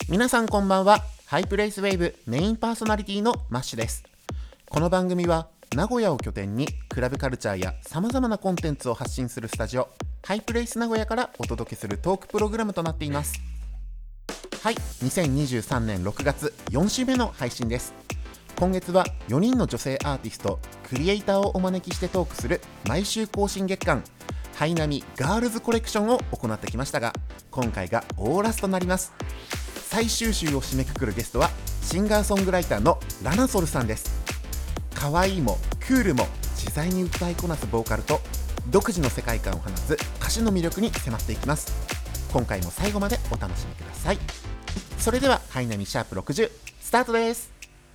皆さんこんばんは。ハイプレイスウェーブメインパーソナリティのマッシュです。この番組は名古屋を拠点にクラブカルチャーやさまざまなコンテンツを発信するスタジオハイプレイス名古屋からお届けするトークプログラムとなっています。はい、2023年6月4週目の配信です。今月は4人の女性アーティストクリエイターをお招きしてトークする毎週更新月間ハイナミガールズコレクションを行ってきましたが、今回がオーラスとなります。最終週を締めくくるゲストはシンガーソングライターのラナソルさんです。可愛いもクールも自在に歌いこなすボーカルと独自の世界観を放つ歌詞の魅力に迫っていきます。今回も最後までお楽しみください。それではハイナミシャープ60スタートです。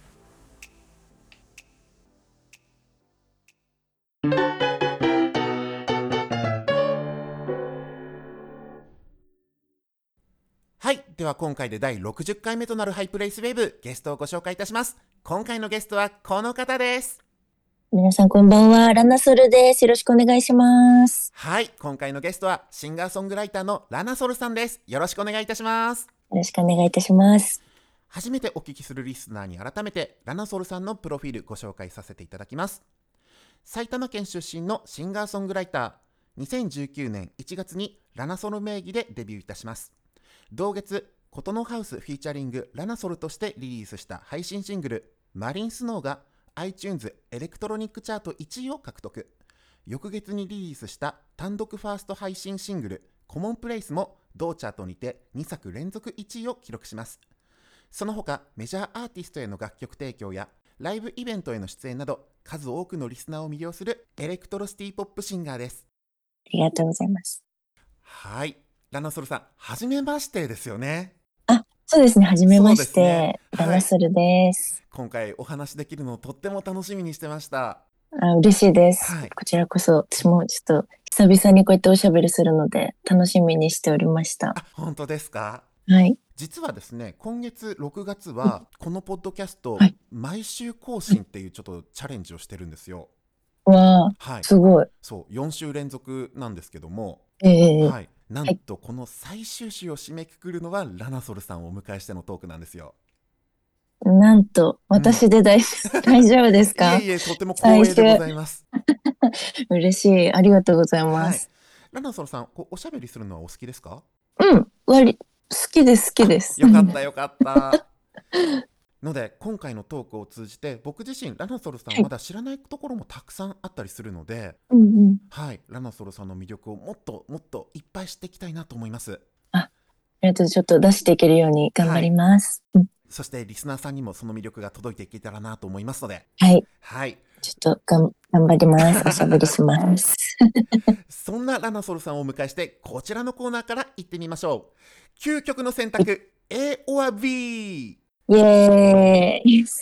はい、では今回で第60回目となるハイプレイスウェーブゲストをご紹介いたします。今回のゲストはこの方です。 皆さんこんばんは、ラナソルです。よろしくお願いします。 はい、今回のゲストはシンガーソングライターのラナソルさんです。よろしくお願いいたします。 よろしくお願いいたします。 初めてお聞きするリスナーに改めてラナソルさんのプロフィールご紹介させていただきます。埼玉県出身のシンガーソングライター、2019年1月にラナソル名義でデビューいたします。同月、ことのハウスフィーチャリングラナソルとしてリリースした配信シングルマリンスノーが iTunes エレクトロニックチャート1位を獲得。翌月にリリースした単独ファースト配信シングルコモンプレイスも同チャートにて2作連続1位を記録します。その他メジャーアーティストへの楽曲提供やライブイベントへの出演など数多くのリスナーを魅了するエレクトロシティポップシンガーです。 ありがとうございます。 はい、ラナソルさん、はじめましてですよね。 そうですね、はじめまして、 ね、 ラナソルです。 今回お話できるのをとっても楽しみにしてました。 嬉しいです、こちらこそ私もちょっと久々にこうやっておしゃべりするので楽しみにしておりました。 本当ですか？ はい。 実はですね、今月6月はこのポッドキャスト、毎週更新っていうちょっとチャレンジをしてるんですよ。 わー、すごい。 そう、4週連続なんですけども、なんとこの最終週を締めくくるのはラナソルさんをお迎えしてのトークなんですよ。 なんと私で大丈夫ですか？ いえいえ、とても光栄でございます。 嬉しい、ありがとうございます。 ラナソルさん、おしゃべりするのはお好きですか？ 好きです。 よかったよかったので今回のトークを通じて僕自身ラナソルさんまだ知らないところもたくさんあったりするので、ラナソルさんの魅力をもっともっといっぱい知っていきたいなと思います。 ちょっと出していけるように頑張ります、 そしてリスナーさんにもその魅力が届いていけたらなと思いますので、 ちょっと頑張ります。おしゃべりしますそんなラナソルさんをお迎えしてこちらのコーナーから行ってみましょう。究極の選択 A or B。 イエーイイ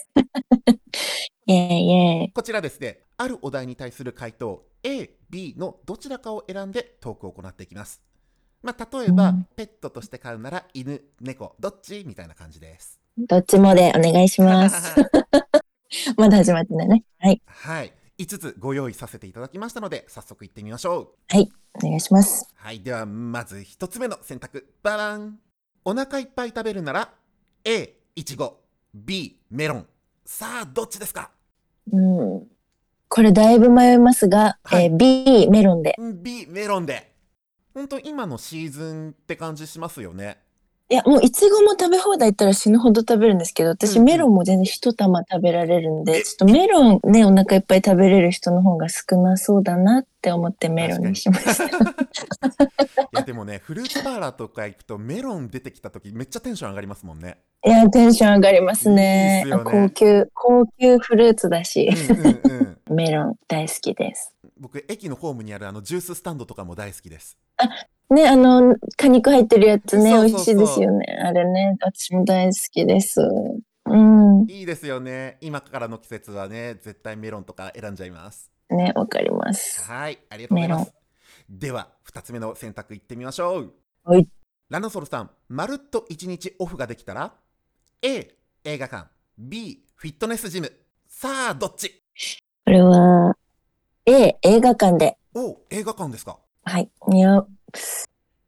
エーイ。 こちらですね、あるお題に対する回答 A、B のどちらかを選んでトークを行っていきます。例えば、ペットとして飼うなら犬、猫、どっちみたいな感じです。 どっちもでお願いしますまだ始まってないね。 はい、5つご用意させていただきましたので早速いってみましょう。 はい、お願いします。 はい、ではまず1つ目の選択、ババン。お腹いっぱい食べるなら A、いちご、 B、メロン。さあどっちですか？ これだいぶ迷いますが、B、メロンで。 B、メロンで。本当今のシーズンって感じしますよね。 いや、もういちごも食べ放題行ったら死ぬほど食べるんですけど、私メロンも全然一玉食べられるんで、ちょっとメロンね、お腹いっぱい食べれる人の方が少なそうだなって思ってメロンにしましたいやでもね、フルーツバーラーとか行くとメロン出てきた時めっちゃテンション上がりますもんね。 いや、テンション上がりますね。 いいですよね。 高級フルーツだしメロン大好きです。 僕駅のホームにあるジューススタンドとかも大好きです。 ね、果肉入ってるやつね、美味しいですよね。あれね、私も大好きです。 いいですよね。今からの季節はね、絶対メロンとか選んじゃいますね。わかります。 はい、ありがとうございます。では2つ目の選択いってみましょう。ラナソルさん、まるっと1日オフができたら A、映画館、 B、フィットネスジム。さあどっち？ これは A、映画館で。 映画館ですか？ はい。いや、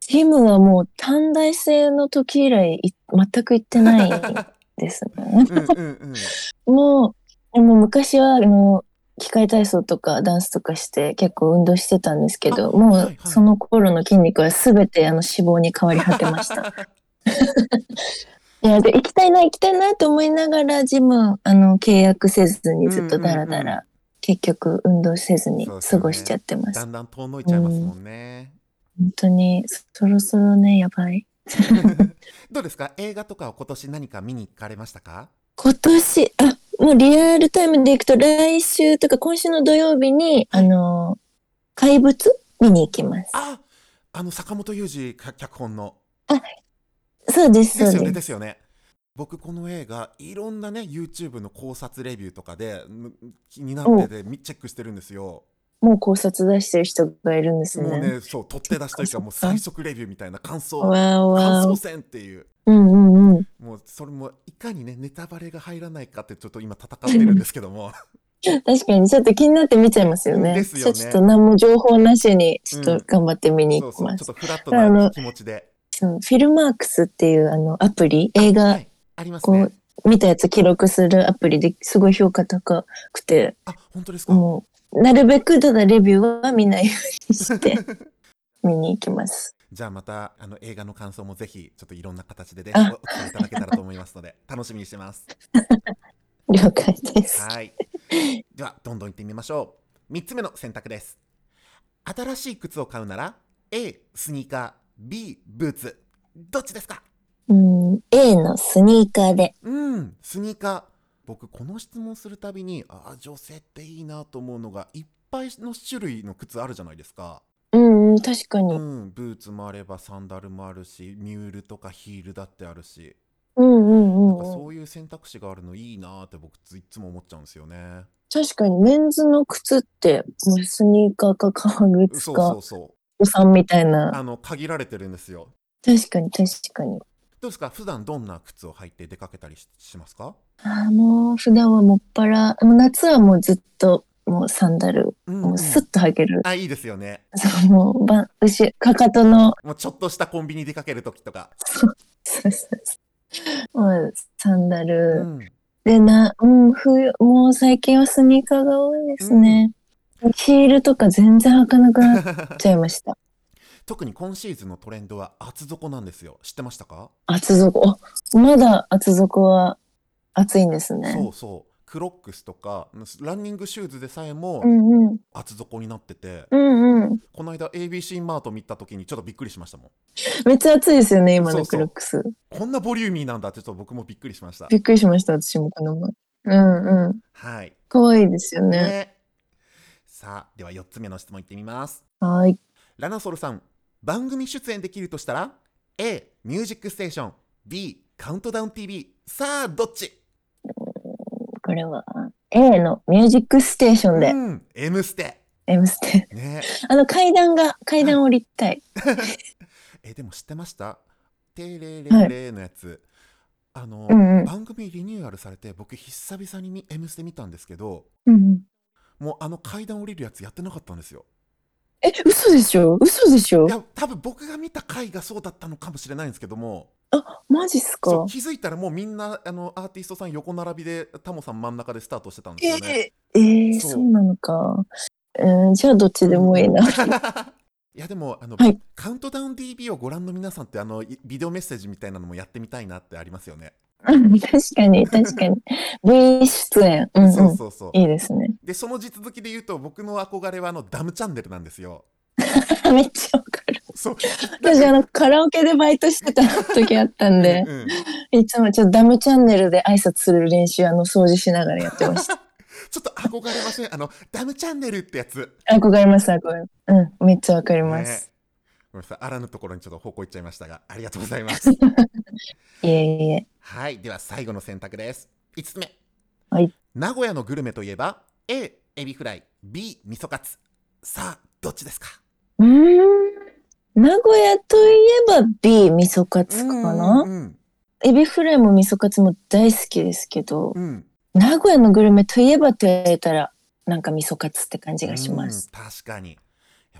ジムはもう短大生の時以来全く行ってないですね。 うんうんうん。 もう昔は器械体操とかダンスとかして結構運動してたんですけあ、 ど、もうはいはい。 その頃の筋肉は全て脂肪に変わり果てました。いや、で、行きたいなと思いながら、ジム、契約せずにうんうずっとダんうん。 ラダラ、結局運動せずにそうです過ごしちゃよね。 ってます。 だんだん遠のいうん、 ちゃいますもんね。 本当に、そろそろね、やばい。 どうですか、映画とかを今年何か見に行かれましたか？ 今年、もうリアルタイムで行くと、来週とか今週の土曜日に、 はい。 怪物見に行きます。 あ、坂本雄二脚本の。 あ、そうです、 ですよね、 そうです。 ですよね。僕この映画いろんなね YouTube の考察レビューとかで気になってお、 てチェックしてるんですよ。 もう考察出してる人がいるんですね。 もうね、そう、取って出しというか、 そっもう最か。 速レビューみたいなわー感わー。 想戦っていう。 うんうんうん。 もうそれもいかにねネタバレが入らないかってちょっと今戦ってるんですけども。 確かにちょっと気になって見ちゃいますようん、でね。 すよね。 ちょっと何も情報なしにちょっとうん、 頑張って見にそうそう、ちょっと行きます。 フラットなただ気持ちで。 そのフィルマークスっていうアプリ、 あ、 映画はい、ありますね。 こ見たやつ記録するアプリですごい評価高くて、 あ、本当ですか？ もうなるべくただレビューは見ないようにして見に行きます。 じゃあまた映画の感想もぜひちょっといろんな形でねおあ、 伝えいただけたらと思いますので楽しみにしてます。 了解です。 はい。ではどんどん行ってみましょう。3つ目の選択です。新しい靴を買うなら A スニーカー B ブーツ、どっちですか？ うん、A のスニーカーで。 うん、スニーカー。僕この質問するたびに女性っていいなと思うのが、いっぱいの種類の靴あるじゃないですか。 うんうん、確かに。 うん、ブーツもあればサンダルもあるし、ミュールとかヒールだってあるし、 うんうんなんかうんうん。 そういう選択肢があるのいいなって僕いつも思っちゃうんですよね。 確かにメンズの靴ってもうスニーカーか革靴そうそかうそう。 お産みたいな。 限られてるんですよ。 確かに確かに。 どうですか、普段どんな靴を履いて出かけたりしますか？ もう普段はもっぱら、もう夏はもうずっともうサンダル、 うんうん。 もうスッと履ける。 あ、いいですよね。 そう、もうかかとの、 もうちょっとしたコンビニ出かけるときとか。 そうそうそうもうサンダル。 うん。 でもう最近はスニーカーが多いでうん。 すね。ヒールとか全然履かなくなっちゃいました。 特に今シーズンのトレンドは厚底なんですよ。知ってましたか？ 厚底。まだ厚底は暑いんですね。 そうそう。クロックスとかランニングシューズでさえうもんうん。 厚底になってて、 うんうん。 この間 ABC マート見た時にちょっとびっくりしましたもめっちゃ暑いですよね、 ん。 今のクロッそうそクス。 う。こんなボリューミーなんだってちょっと僕もびっくりしました。 びっくりしました、私もこの前。うんうん。 はい。 可愛いですよね。 ね。さあ、では4つ目の質問いってみます。 はい。 ラナソルさん、番組出演できるとしたら A ミュージックステーション B カウントダウン TV、 さあどっち？ これは A のミュージックステーションで、 うん、 M ステ M ステ。 ね。 階はい。 段降りたい。 でも知ってました？テレレはい。 レのやつ、 うんうん。 番組リニューアルされて僕久々にM ステ見たんですけど、 うんうん。 もう階段降りるやつやってなかったんですよ。 嘘でしょ嘘でしょ？ いや多分僕が見た回がそうだったのかもしれないんですけども、 マジっすそうか？ 気づいたらもうみんなアーティストさん横並びでタモさん真ん中でスタートしてたんですよね。そそうなのか。じゃあどっう。 ちうんうん。 でもいいな。 いやでもはい。 カウントダウン DB をご覧の皆さんってビデオメッセージみたいなのもやってみたいなってありますよね。 確かに、確かに。V 出演。うんそううん。 そうそいいですね。 う。でその地続きで言うと僕の憧れはダムチャンネルなんですよ。 めっちゃわかる。 そうなんか私、カラオケでバイトしてた時あったんうんで、 うん。 いつもちょっとダムチャンネルで挨拶する練習、掃除しながらやってました。 ちょっと憧れません？ダムチャンネルってやつ。 憧れます、憧れます。うん、めっちゃわかりまね。 す。 ごめんなさい、あらぬところにちょっと方向行っちゃいましたが、ありがとうございます。 いえいえ。 はい、では最後の選択です。5つ目。 はい。 名古屋のグルメといえば A エビフライ B 味噌カツ、さあどっちですか？ うーん。名古屋といえば B、味噌カツうんかうんな。 うんエビフライも味噌カツも大好きですけど、 うん。 名古屋のグルメといえばと言われたら、なんか味噌カツって感じがしまうん、 す。 確かに。やっ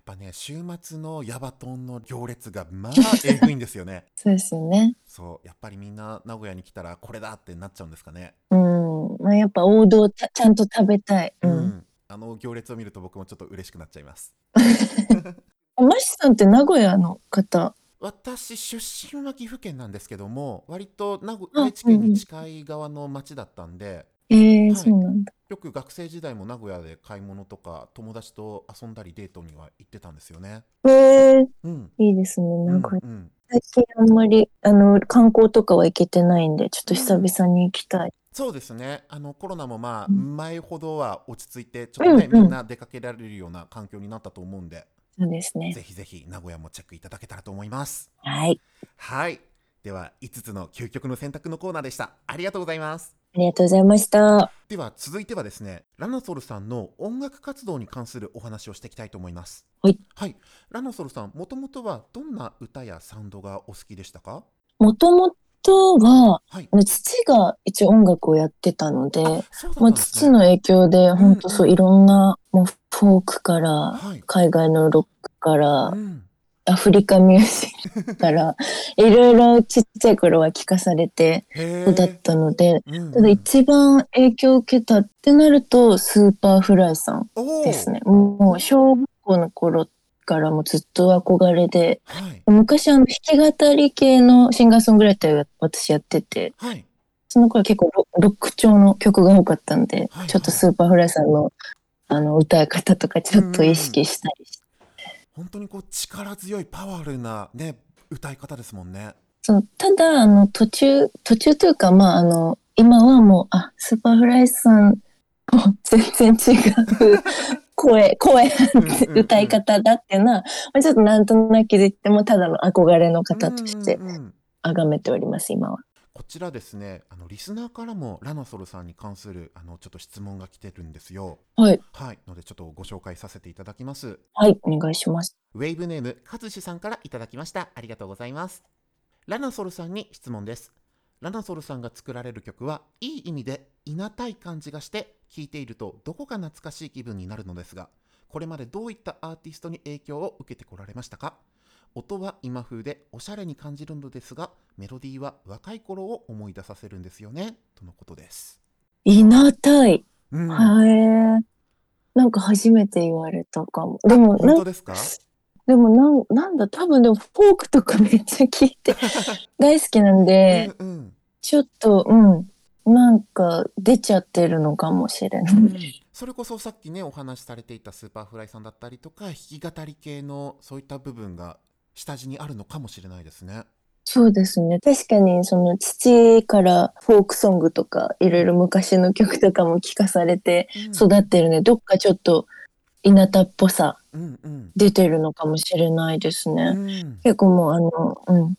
ぱね、週末のヤバトンの行列がまあえぐいんですよね。 そうですよね。 そうやっぱりみんな名古屋に来たらこれだってなっちゃうんですかね。 まあ、やっぱ王道ちゃんと食べたい。 あの行列を見ると僕もちょっと嬉しくなっちゃいます。 マシさんって名古屋の方？ 私出身は岐阜県なんですけども、割とあ、 愛知県に近い側の町だったんで、はい、 そうなんだ。 よく学生時代も名古屋で買い物とか友達と遊んだりデートには行ってたんですよね。うん、 いいですね、 う名古屋。 ん、うん。 最近あんまり、観光とかは行けてないんで、ちょっと久々に行きたい。 そうですね。コロナもまあ前ほどは落ち着いて、ちょっとね、 うんうん。 みんな出かけられるような環境になったと思うんで、 そうですね。 ぜひぜひ名古屋もチェックいただけたらと思います。 はい。 はい。では5つの究極の選択のコーナーでした。ありがとうございます。 ありがとうございました。 では続いてはですね、ラナソルさんの音楽活動に関するお話をしていきたいと思います。 はい。 はい。ラナソルさん、もともとはどんな歌やサウンドがお好きでしたか？ もともとは、 はい。 父が一応音楽をやってたので、 そうだったんですね。 父の影響で、本当そういろんな、もうフォークから、 はい。 海外のロックかうら、 ん。 アフリカミュージックから、いろいろちっちゃい頃は聞かされて育っへえ。 たので、 うんただうん。 一番影響を受けたってなると、スーパーフライさんおお。 ですね。もう小学校の頃からもずっと憧れで、 はい。 昔弾き語り系のシンガーソングライターを私やってて、 はい。 その頃結構ロック調の曲が多かったんで、 はいはい。 ちょっとスーパーフライさんの歌い方とかちょっと意識したりして、 本当にこう力強いパワフルなね、歌い方ですもんね。 ただ、途中というか、まあ、今はもう、スーパーフライさんと全然違う声、歌い方だっていうのは、まあ、ちょっとなんとなく気づいても、ただの憧れの方として崇めております、今は。 こちらですね、リスナーからもラナソルさんに関するちょっと質問が来てるんですよ。 はい。 はい。のでちょっとご紹介させていただきます。 はい、お願いします。 ウェイブネームかずしさんからいただきました。ありがとうございます。ラナソルさんに質問です。ラナソルさんが作られる曲はいい意味でいなたい感じがして聴いているとどこか懐かしい気分になるのですが、これまでどういったアーティストに影響を受けてこられましたか？音は今風でおしゃれに感じるのですが、メロディーは若い頃を思い出させるんですよね、とのことです。 いなたい。 うん。 へえ。なんか初めて言われたかも。 本当ですか？ なんだ、多分でもフォークとかめっちゃ聞いて大好きなんで、 うん。 ちょっと、なんか出ちゃってるのかもしれない。 それこそさっきねお話しされていたスーパーフライさんだったりとか弾き語り系のそういった部分が下地にあるのかもしれないですね。 そうですね。確かに、その父からフォークソングとか、いろいろ昔の曲とかも聞かされて育ってるね。どっかちょっと、稲田っぽさ出てるのかもしれないですね。結構もう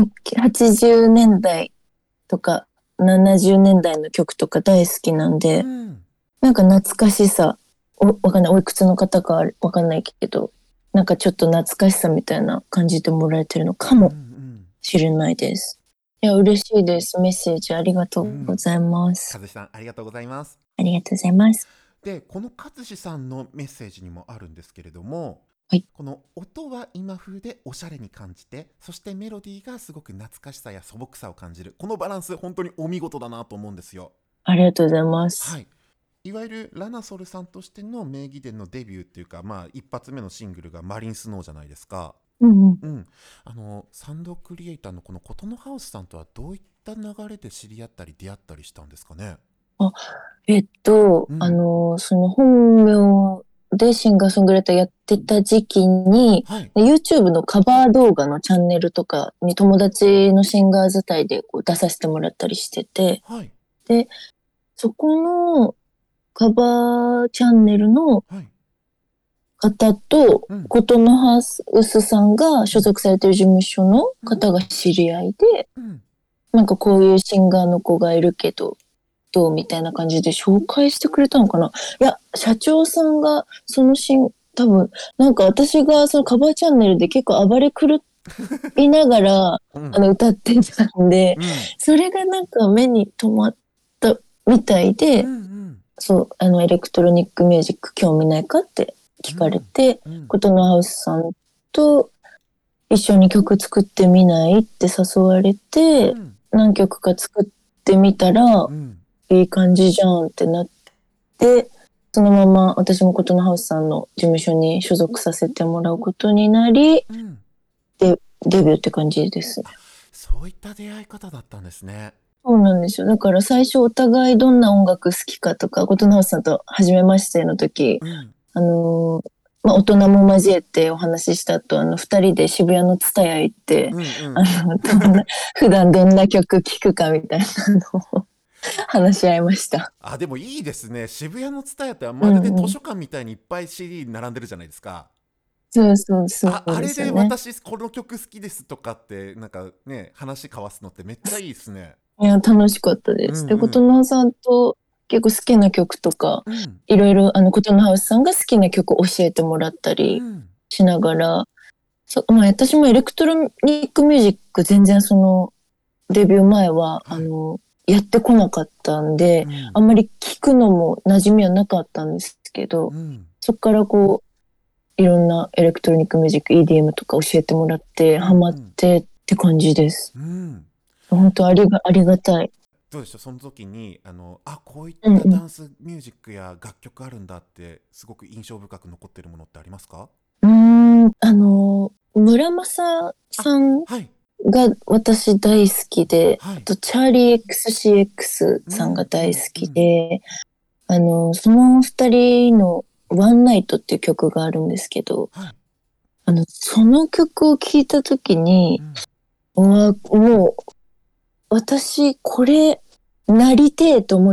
80年代とか70年代の曲とか大好きなんで、なんか懐かしさ、わかんない、おいくつの方かわかんないけど、なんかちょっと懐かしさみたいな感じてもらえてるのかもしれないです。いや、嬉しいです。メッセージありがとうございます。 かずしさんありがとうございます。 ありがとうございます。 で、このかずしさんのメッセージにもあるんですけれども、 はい、 この音は今風でおしゃれに感じて、そしてメロディーがすごく懐かしさや素朴さを感じる、このバランス本当にお見事だなと思うんですよ。 ありがとうございます。 はい。いわゆるラナソルさんとしての名義でのデビューっていうか、まあ一発目のシングルがマリンスノーじゃないですか。サンドクリエイターのこの琴ノハウスさんとはどういった流れで知り合ったり出会ったりしたんですかね？ その本名でシンガーソングライターやってた時期に、YouTube のカバー動画のチャンネルとかに友達のシンガー伝いでこう出させてもらったりしてて、で、そこのカバーチャンネルの方と、琴ノハウスさんが所属されてる事務所の方が知り合いで、なんかこういうシンガーの子がいるけど、どうみたいな感じで紹介してくれたのかな。いや、社長さんが多分、なんか私がそのカバーチャンネルで結構暴れ狂いながら、歌ってたんで、それがなんか目に留まったみたいで、そう、エレクトロニックミュージック興味ないかって聞かれて、 うんコトノハウスさんと一緒に曲作ってみないって誘われて、何曲か作ってみたら、いい感じじゃんってなって、そのまま私もコトノハウスさんの事務所に所属させてもらうことになり、で、デビューって感じですね。 そういった出会い方だったんですね。 そうなんですよ。だから最初お互いどんな音楽好きかとか、コトノハウスさんと初めましての時、大人も交えてお話しした後、二人で渋谷のツタヤ行って、普段どんな曲聴くかみたいなのを話し合いました。 でもいいですね。渋谷のツタヤってまるで図書館みたいにいっぱい CD 並んでるじゃないですか。 そうそうそうあれですよね。 で私この曲好きですとかってなんかね話交わすのってめっちゃいいですね。 いや、楽しかったです。で、コトノハさんと結構好きな曲とか、いろいろ、コトノハウスさんが好きな曲教えてもらったりしながら、私もエレクトロニックミュージック全然デビュー前は、やってこなかったんで、あんまり聞くのも馴染みはなかったんですけど、そこからいろんなエレクトロニックミュージック、EDM とか教えてもらって、ハマってって感じです。本当ありがたい。 どうでしょう、その時にこういったダンスミュージックや楽曲あるんだってすごく印象深く残ってるものってありますか？ 村正さんが私大好きで、あとチャーリー XCX さんが大好きで、その二人のワンナイトっていう曲があるんですけど、その曲を聴いた時に、もう私これなりてえと思って、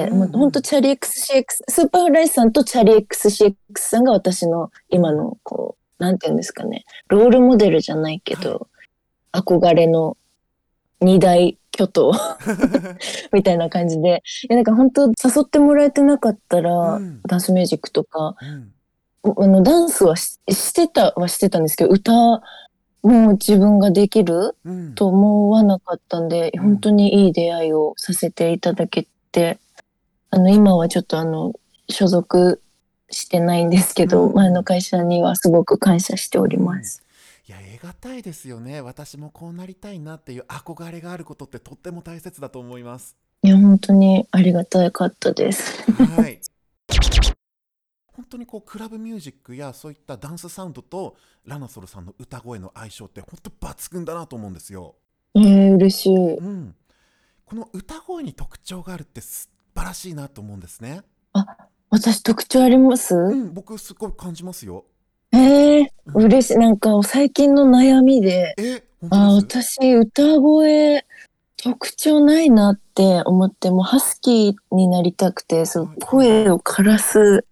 もうほんとチャーリー XCX、スーパーフライさんとチャーリー XCX さんが私の今のなんていうんですかね、ロールモデルじゃないけど、憧れの二大巨頭みたいな感じで、なんか本当誘ってもらえてなかったら、ダンスミュージックとか、ダンスはしてたんですけど、歌もう自分ができると思わなかったんで、本当にいい出会いをさせていただけて、今はちょっと所属してないんですけど、前の会社にはすごく感謝しております。 いや、得難いですよね。私もこうなりたいなっていう憧れがあることってとっても大切だと思います。 いや、本当にありがたかったです。 はい。本当にクラブミュージックやそういったダンスサウンドとラナソルさんの歌声の相性って本当抜群だなと思うんですよ。 嬉しい。 この歌声に特徴があるって素晴らしいなと思うんですね。 私特徴あります？ 僕すごい感じますよ。 嬉しい。なんか最近の悩みで、私歌声特徴ないなって思って、もうハスキーになりたくて、声を枯らす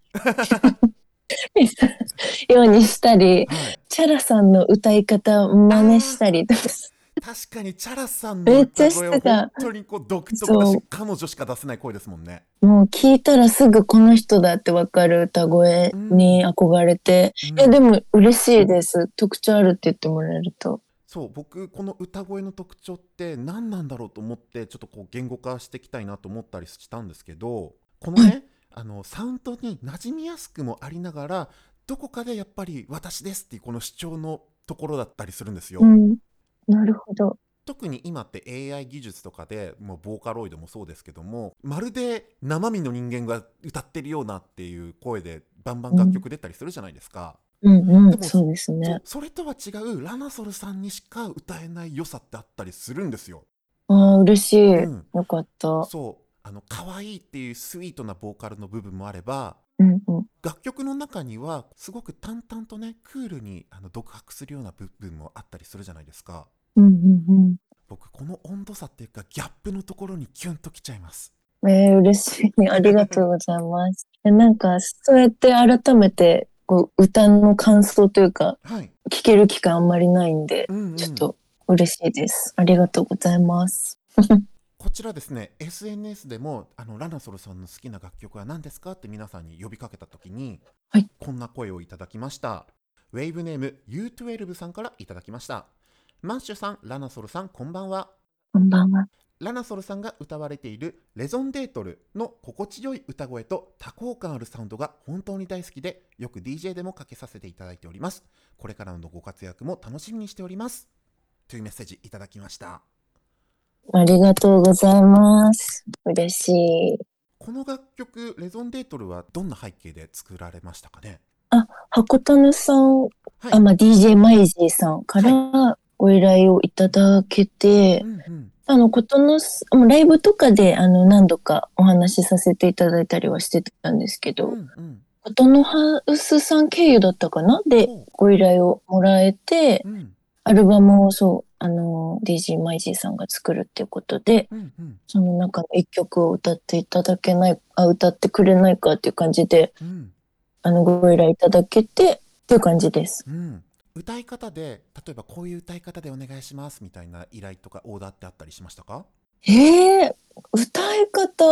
ようにしたり、チャラさんの歌い方真似したりとか。 確かにチャラさんの歌声は本当に独特だし、彼女しか出せない声ですもんね。 もう聞いたらすぐこの人だってわかる歌声に憧れて、でも嬉しいです。特徴あるって言ってもらえると。 そう、僕この歌声の特徴って何なんだろうと思ってちょっと言語化していきたいなと思ったりしたんですけど、このね、サウンドに馴染みやすくもありながら、どこかでやっぱり私ですっていうこの主張のところだったりするんですよ。 なるほど。 特に今って AI 技術とかでもうボーカロイドもそうですけども、まるで生身の人間が歌ってるようなっていう声でバンバン楽曲出たりするじゃないですか。でもそうですね。 それとは違うラナソルさんにしか歌えない良さってあったりするんですよ。 嬉しい。よかった。 可愛いっていうスイートなボーカルの部分もあれば、楽曲の中にはすごく淡々とね、クールに独白するような部分もあったりするじゃないですか。僕この温度差っていうかギャップのところにキュンときちゃいます。 嬉しい。ありがとうございます。なんかそうやって改めて歌の感想というか、聞ける機会あんまりないんで、ちょっと嬉しいです。ありがとうございます。 こちらですね、 SNS でもラナソルさんの好きな楽曲は何ですかって皆さんに呼びかけた時に、こんな声をいただきました。ウェイブネーム U12 さんからいただきました。マッシュさん、ラナソルさん、こんばんは。 こんばんは。 ラナソルさんが歌われているレゾンデートルの心地よい歌声と多幸感あるサウンドが本当に大好きで、よく DJ でもかけさせていただいております。これからのご活躍も楽しみにしておりますというメッセージいただきました。 ありがとうございます。嬉しい。 この楽曲レゾンデートルはどんな背景で作られましたかね？ 箱谷さん、 はい、 DJ マイジーさんからご依頼をいただけて、ことのライブとかで何度かお話しさせていただいたりはしてたんですけど、ことのハウスさん経由だったかなでご依頼をもらえて、アルバムをDJ マイジーさんが作るっていうことで、その中の一曲を歌ってくれないかっていう感じで、ご依頼いただけてっていう感じです。 歌い方で、例えばこういう歌い方でお願いしますみたいな依頼とかオーダーってあったりしましたか？ 歌い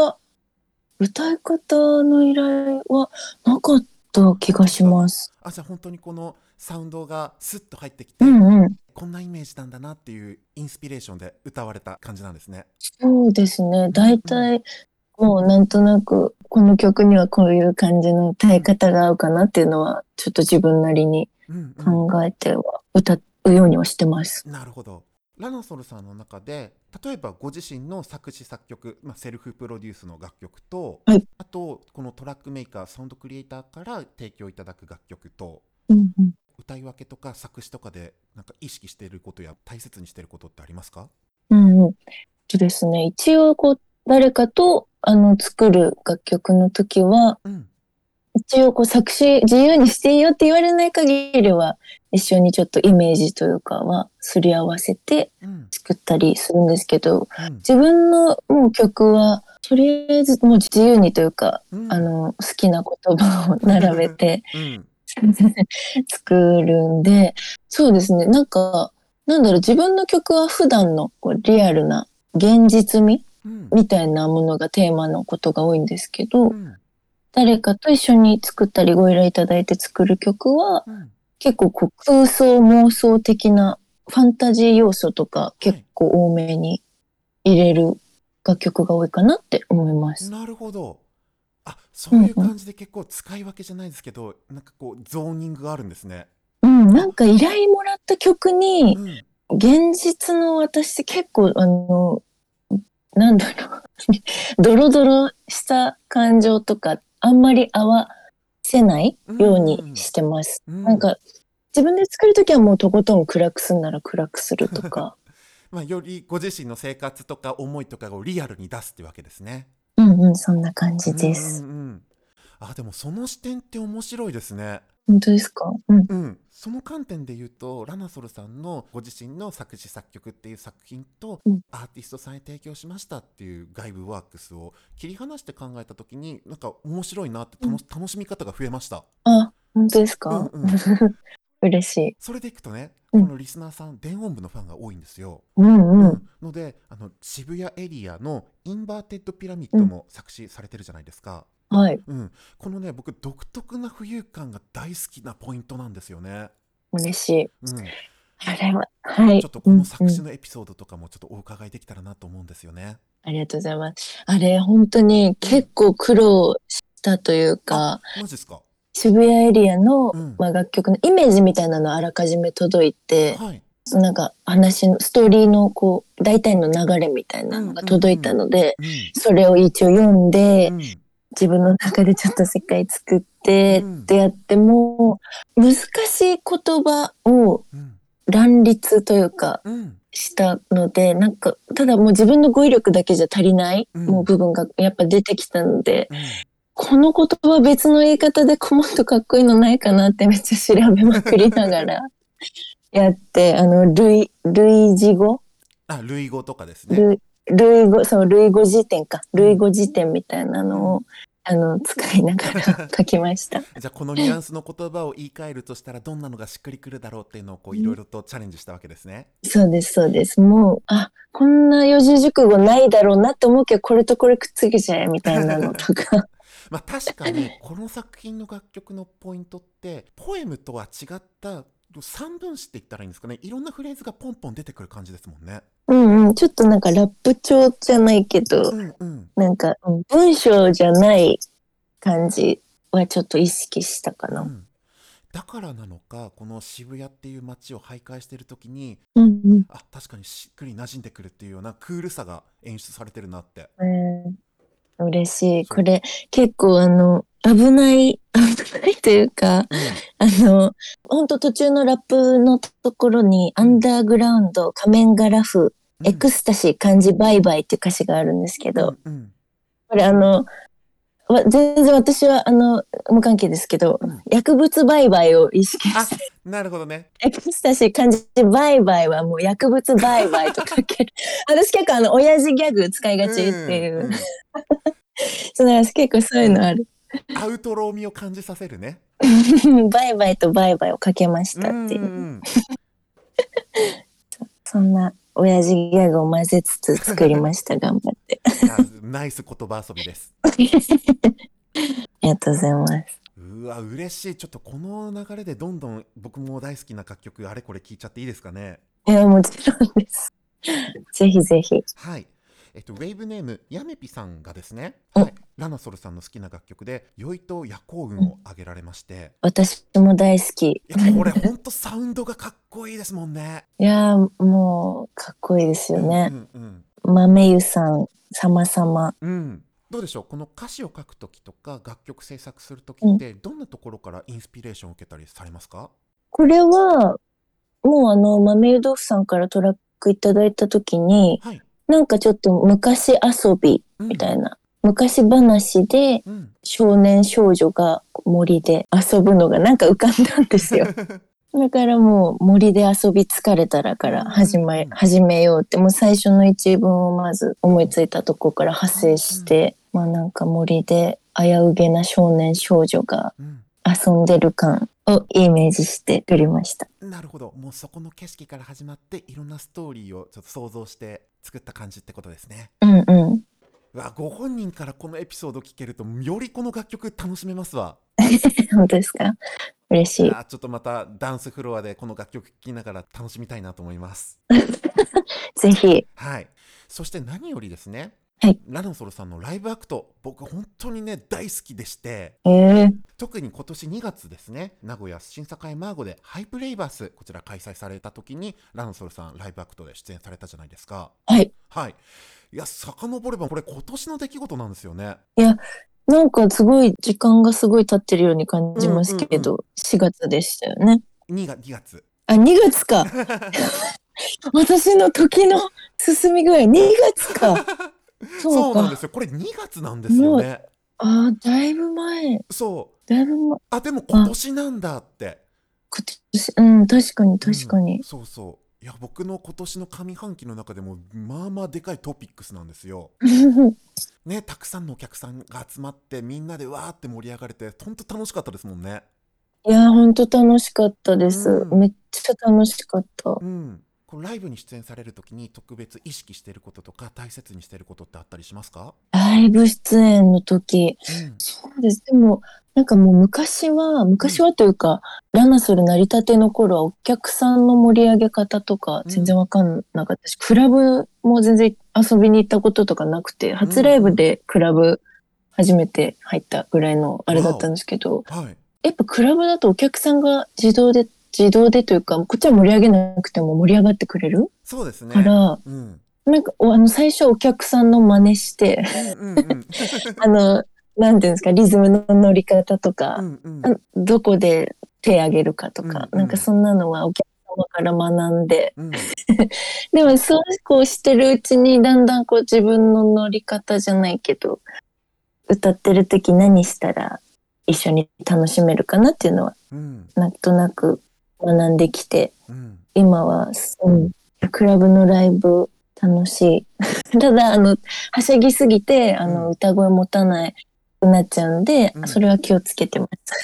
方の依頼はなかった気がします。 じゃあ本当にこのサウンドがスッと入ってきて、こんなイメージなんだなっていうインスピレーションで歌われた感じなんですね。 そうですね。大体、もうなんとなくこの曲にはこういう感じの歌い方が合うかなっていうのはちょっと自分なりに考えては歌うようにはしてます。 なるほど。ラナソルさんの中で例えばご自身の作詞作曲、セルフプロデュースの楽曲と、あとこのトラックメーカーサウンドクリエイターから提供いただく楽曲と、歌い分けとか作詞とかでなんか意識していることや大切にしていることってありますか？ ですね、一応誰かと作る楽曲の時は、一応作詞自由にしていいよって言われない限りは一緒にちょっとイメージというかはすり合わせて作ったりするんですけど、自分のもう曲はとりあえずもう自由にというか、好きな言葉を並べて作るんで、そうですね、自分の曲は普段のリアルな現実味みたいなものがテーマのことが多いんですけど、誰かと一緒に作ったりご依頼いただいて作る曲は、結構空想妄想的なファンタジー要素とか結構多めに入れる楽曲が多いかなって思います。 なるほど。そういう感じで結構使い分けじゃないですけど、なんかゾーニングがあるんですね。 なんか依頼もらった曲に、現実の私って結構ドロドロした感情とかあんまり合わせないようにしてます。なんか自分で作るときはもうとことん暗くすんなら暗くするとかよりご自身の生活とか思いとかをリアルに出すってわけですね。 そんな感じです。 でもその視点って面白いですね。 本当ですか？ その観点で言うとラナソルさんのご自身の作詞作曲っていう作品と、アーティストさんに提供しましたっていう外部ワークスを切り離して考えた時になんか面白いなって楽しみ方が増えました。 本当ですか？嬉しい。 それでいくとね、このリスナーさん電音部のファンが多いんですよ。ので渋谷エリアのインバーテッドピラミッドも作詞されてるじゃないですか。このね僕独特な浮遊感が大好きなポイントなんですよね。 嬉しい。あれはちょっとこの作詞のエピソードとかもちょっとお伺いできたらなと思うんですよね。 ありがとうございます。あれ本当に結構苦労したというか、 マジですか？ 渋谷エリアの、楽曲のイメージみたいなのあらかじめ届いて、なんか話のストーリーの大体の流れみたいなのが届いたので、それを一応読んで、自分の中でちょっと世界作ってってやっても、難しい言葉を乱立というかしたので、なんかただもう自分の語彙力だけじゃ足りない、もう部分がやっぱ出てきたので、この言葉別の言い方でもっとかっこいいのないかなってめっちゃ調べまくりながらやって、類似語類語とかですね。 類語辞典か。類語辞典みたいなのを、使いながら書きました。 じゃあこのニュアンスの言葉を言い換えるとしたらどんなのがしっくりくるだろうっていうのをいろいろとチャレンジしたわけですね。 そうですそうです。もうこんな四字熟語ないだろうなって思うけどこれとこれくっつけちゃえみたいなのとか確かにこの作品の楽曲のポイントってポエムとは違った三分詞って言ったらいいんですかね。いろんなフレーズがポンポン出てくる感じですもんね。 ちょっとなんかラップ調じゃないけど、なんか文章じゃない感じはちょっと意識したかな。 だからなのか、この渋谷っていう街を徘徊している時に、確かにしっくり馴染んでくるっていうようなクールさが演出されてるなって。 嬉しい。これ結構危ないというか、ほんと途中のラップのところに、アンダーグラウンド、仮面ガラフ、エクスタシー漢字バイバイっていう歌詞があるんですけど、これ全然私は無関係ですけど、薬物売買を意識して。 なるほどね。 エクスタシー漢字売買はもう薬物売買とかける。私結構親父ギャグ使いがちっていう。結構そういうのある。 アウトロー味を感じさせるね。 バイバイとバイバイをかけましたっていう。そんな親父ギャグを混ぜつつ作りました。頑張って。 ナイス言葉遊びです。 ありがとうございます。 うわ、嬉しい。ちょっとこの流れでどんどん僕も大好きな楽曲あれこれ聞いちゃっていいですかね。 いや、もちろんです。ぜひぜひ。 はい。ウェーブネームやめぴさんがですね、ラナソルさんの好きな楽曲で「酔いと夜行雲」を挙げられまして、 私も大好き。 いや、これほんとサウンドがかっこいいですもんね。 いや、もうかっこいいですよね。豆湯さん様々。 どうでしょう、この歌詞を書くときとか楽曲制作するときってどんなところからインスピレーションを受けたりされますか？ これはもう豆湯豆腐さんからトラックいただいたときに、なんかちょっと昔遊びみたいな、昔話で少年少女が森で遊ぶのがなんか浮かんだんですよ。だからもう森で遊び疲れたらから始めようって、もう最初の一文をまず思いついたとこから派生して、なんか森で危うげな少年少女が遊んでる感をイメージして撮りました。 なるほど。もうそこの景色から始まっていろんなストーリーをちょっと想像して作った感じってことですね。ご本人からこのエピソード聞けるとよりこの楽曲楽しめますわ。 本当ですか？嬉しい。 ちょっとまたダンスフロアでこの楽曲聴きながら楽しみたいなと思います。 ぜひ。 はい。そして何よりですね、ラナソルさんのライブアクト、僕本当にね大好きでして、特に今年2月ですね、名古屋新栄マーゴでハイプレイバース、こちら開催された時にラナソルさんライブアクトで出演されたじゃないですか。いや、遡ればこれ今年の出来事なんですよね。 いや、なんかすごい時間がすごい経ってるように感じますけど、4月でしたよね。 2月。 あ、2月か。私の時の進み具合、2月か。 そうなんですよ。これ2月なんですよね。 だいぶ前。だいぶ前。 でも今年なんだって。 今年、確かに確かに。 そうそう。いや、僕の今年の上半期の中でもまあまあでかいトピックスなんですよ。ね、たくさんのお客さんが集まってみんなでわーって盛り上がれて本当楽しかったですもんね。 いや、本当楽しかったです。めっちゃ楽しかった。 このライブに出演されるときに特別意識していることとか大切にしていることってあったりしますか？ ライブ出演の時、そうです。でもなんかもう昔はというか、ラナソル成り立ての頃はお客さんの盛り上げ方とか全然わかんなかったし、クラブも全然遊びに行ったこととかなくて、初ライブでクラブ初めて入ったぐらいのあれだったんですけど、やっぱクラブだとお客さんが自動でというか、こっちは盛り上げなくても盛り上がってくれる。 そうですね。 から、なんか最初お客さんの真似してなんていうんですか、リズムの乗り方とか、どこで手挙げるかとか、なんかそんなのはお客様から学んで、でもそうこうしてるうちにだんだんこう自分の乗り方じゃないけど、歌ってる時何したら一緒に楽しめるかなっていうのは、なんとなく学んできて、今は、クラブのライブ楽しい。ただはしゃぎすぎて歌声持たないくなっちゃうんで、それは気をつけてます。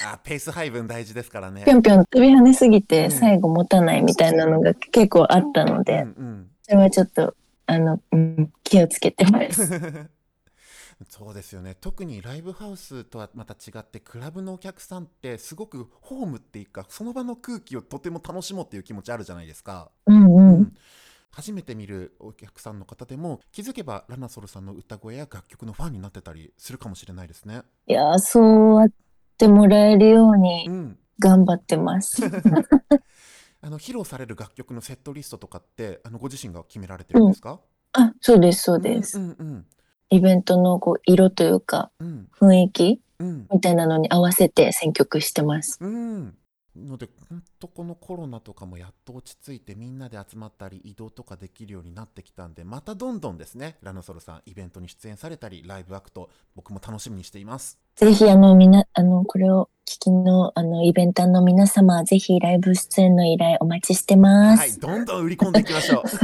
ペース配分大事ですからね。 ぴょんぴょん飛び跳ねすぎて最後持たないみたいなのが結構あったので、それはちょっと気をつけてます。 そうですよね。特にライブハウスとはまた違ってクラブのお客さんってすごくホームっていうか、その場の空気をとても楽しもうっていう気持ちあるじゃないですか。 うんうん。 初めて見るお客さんの方でも気づけばラナソルさんの歌声や楽曲のファンになってたりするかもしれないですね。 いやー、そうあってもらえるようにうん。 頑張ってます。 披露される楽曲のセットリストとかってご自身が決められてるんうん。 ですか？ あ、そうです、そううんうです。 んうん。 イベントの色というか、 うん雰囲気うんみたいなのに合わせて選曲してます。 うん。ので本当このコロナとかもやっと落ち着いてみんなで集まったり移動とかできるようになってきたんで、またどんどんですね、ラナソルさんイベントに出演されたりライブアクト、僕も楽しみにしています。 ぜひ、これを聞きの、イベンターの皆様、ぜひライブ出演の依頼お待ちしてまはい、 す。 どんどん売り込んでいきましょう。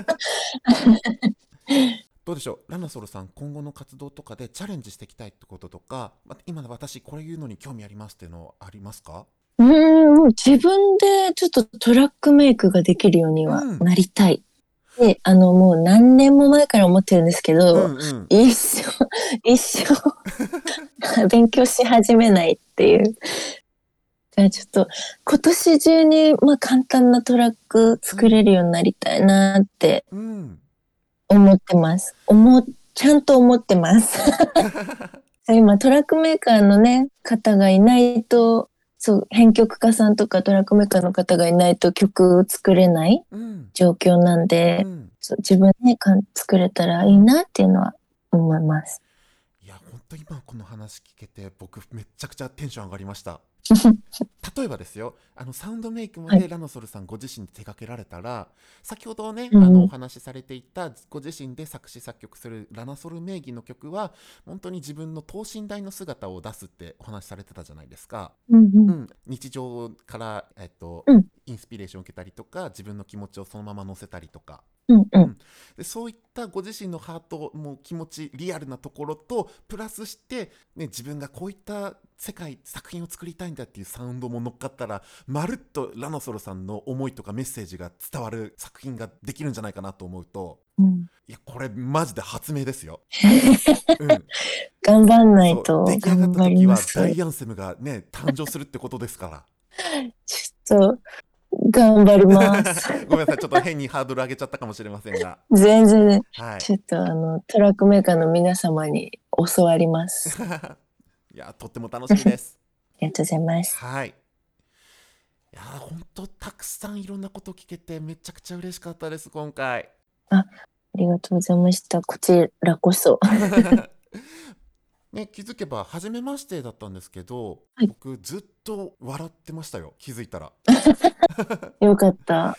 どうでしょう、ラナソルさん今後の活動とかでチャレンジしていきたいってこととか、今の私これ言うのに興味ありますっていうのありますか？ 自分でちょっとトラックメイクができるようにはうんなりたい。で、もう何年も前から思ってるんですけうど、 んうん。 一生勉強し始めないっていう。じゃあちょっと今年中に、簡単なトラック作れるようになりたいなってうん。 思ってます。ちゃんと思ってます。今トラックメーカーのね、方がいないと、そう、編曲家さんとかトラックメーカーの方がいないと曲作れないうん状況なんで、 うんそう自分で作れたらいいなっていうのは思います。 いや本当今この話聞けて僕めっちゃくちゃテンション上がりました。例えばですよ、サウンドメイクまはい。 でラノソルさんご自身で手掛けられたら、先ほどねうんうん。 お話しされていたご自身で作詞作曲するラナソル名義の曲は本当に自分の等身大の姿を出すってお話しされてたじゃないですか。 うんうん。 うん、日常から、 うん。 インスピレーションを受けたりとか自分の気持ちをそのまま乗せたりとか、 うんうん。 うん、でそういったご自身のハートも気持ちリアルなところとプラスして、ね、自分がこういった作品を作りたいんだっていうサウンドも乗っかったらまるっとラノソルさんの思いとかメッセージが伝わる作品ができるんじゃないかなと思うと、 うん。 いやこれマジで発明ですよ。うん、 頑張んないそう出と来上がった頑張り時はます。 大アンセムがね誕生するってことですから。 ちょっと頑張ります。 ごめんなさい、ちょっと変にハードル上げちゃったかもしれませんが、 全然、 はい。 ちょっとトラックメーカーの皆様に教わります。 いやとっても楽しみです。 ありがとうございます。 はい。いや本当たくさんいろんなこと聞けてめちゃくちゃ嬉しかったです今回。 ありがとうございました。こちらこそ。 ね、気づけば初めましてだったんですけど、 はい。 僕ずっと笑ってましたよ、気づいたら。 よかった。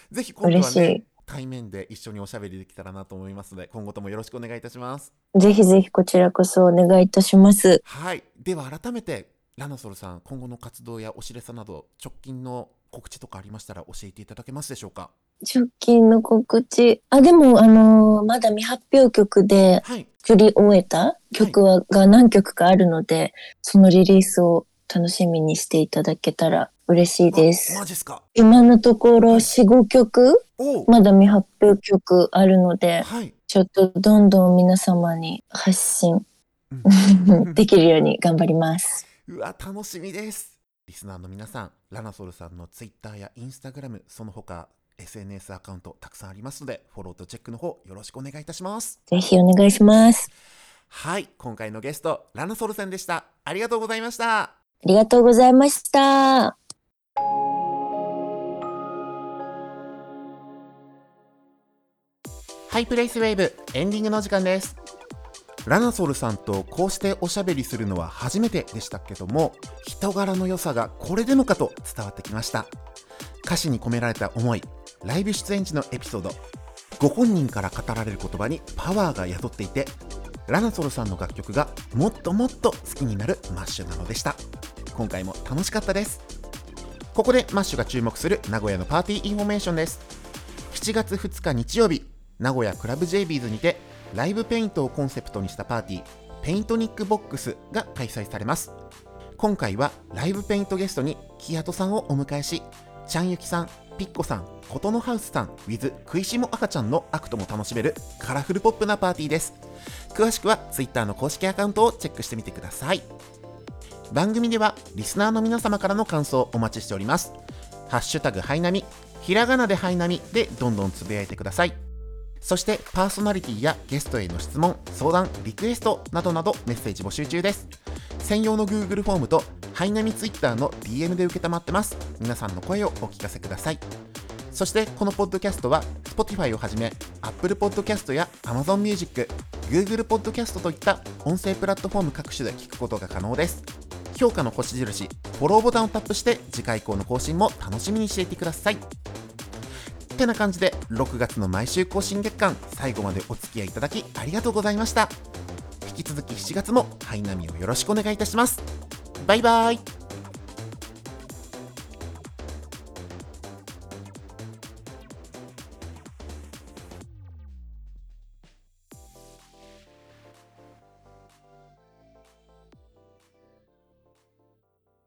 ぜひ今度はね嬉し対面で一緒におしゃべりできたらなと思いますので、今後ともよろしくお願いいたします。 い。ぜひぜひこちらこそお願いいたします。 はい、では改めてラナソルさん今後の活動やお知らせなど直近の告知とかありましたら教えていただけますでしょうか？ 直近の告知。でも、まだ未発表曲ではい作り終えたはい曲が何曲かあるので、そのリリースを楽しみにしていただけたら嬉しいあです。 マジっすか？ 今のところはい 4、5曲、 おうまだ未発表曲あるので、 はいちょっとどんどん皆様に発信できるように頑張ります。 うわ楽しみです。リスナーの皆さん、ラナソルさんのツイッターやインスタグラム、その他 SNS アカウントたくさんありますのでフォローとチェックの方よろしくお願いいたします。 ぜひお願いします。 はい、今回のゲストラナソルさんでした。ありがとうございました。 ありがとうございました。 ハイプレイスウェーブエンディングの時間です。ラナソルさんとこうしておしゃべりするのは初めてでしたけども、人柄の良さがこれでもかと伝わってきました。歌詞に込められた思い、ライブ出演時のエピソード、ご本人から語られる言葉にパワーが宿っていて、ラナソルさんの楽曲がもっともっと好きになるマッシュなのでした。今回も楽しかったです。ここでマッシュが注目する名古屋のパーティーインフォメーションです。7月2日日曜日、名古屋クラブ JB's にてライブペイントをコンセプトにしたパーティー、ペイントニックボックスが開催されます。今回はライブペイントゲストにキヤトさんをお迎えし、ちゃんゆきさん、ピッコさん、ことのハウスさん with 食いしも赤ちゃんのアクトも楽しめるカラフルポップなパーティーです。 詳しくは Twitter の公式アカウントをチェックしてみてください。番組ではリスナーの皆様からの感想をお待ちしております。ハッシュタグハイナミ、ひらがなでハイナミでどんどんつぶやいてください。そしてパーソナリティやゲストへの質問、相談、リクエストなどなどメッセージ募集中です。専用の Google フォームとハイナミ Twitter の DM で受けたまってます。皆さんの声をお聞かせください。そしてこのポッドキャストは Spotify をはじめ Apple Podcast や Amazon Music、Google Podcast といった音声プラットフォーム各種で聞くことが可能です。評価の星印、フォローボタンをタップして次回以降の更新も楽しみにしていてください。ってな感じで6月の毎週更新月間、最後までお付き合いいただきありがとうございました。引き続き7月もハイナミをよろしくお願いいたします。バイバイ。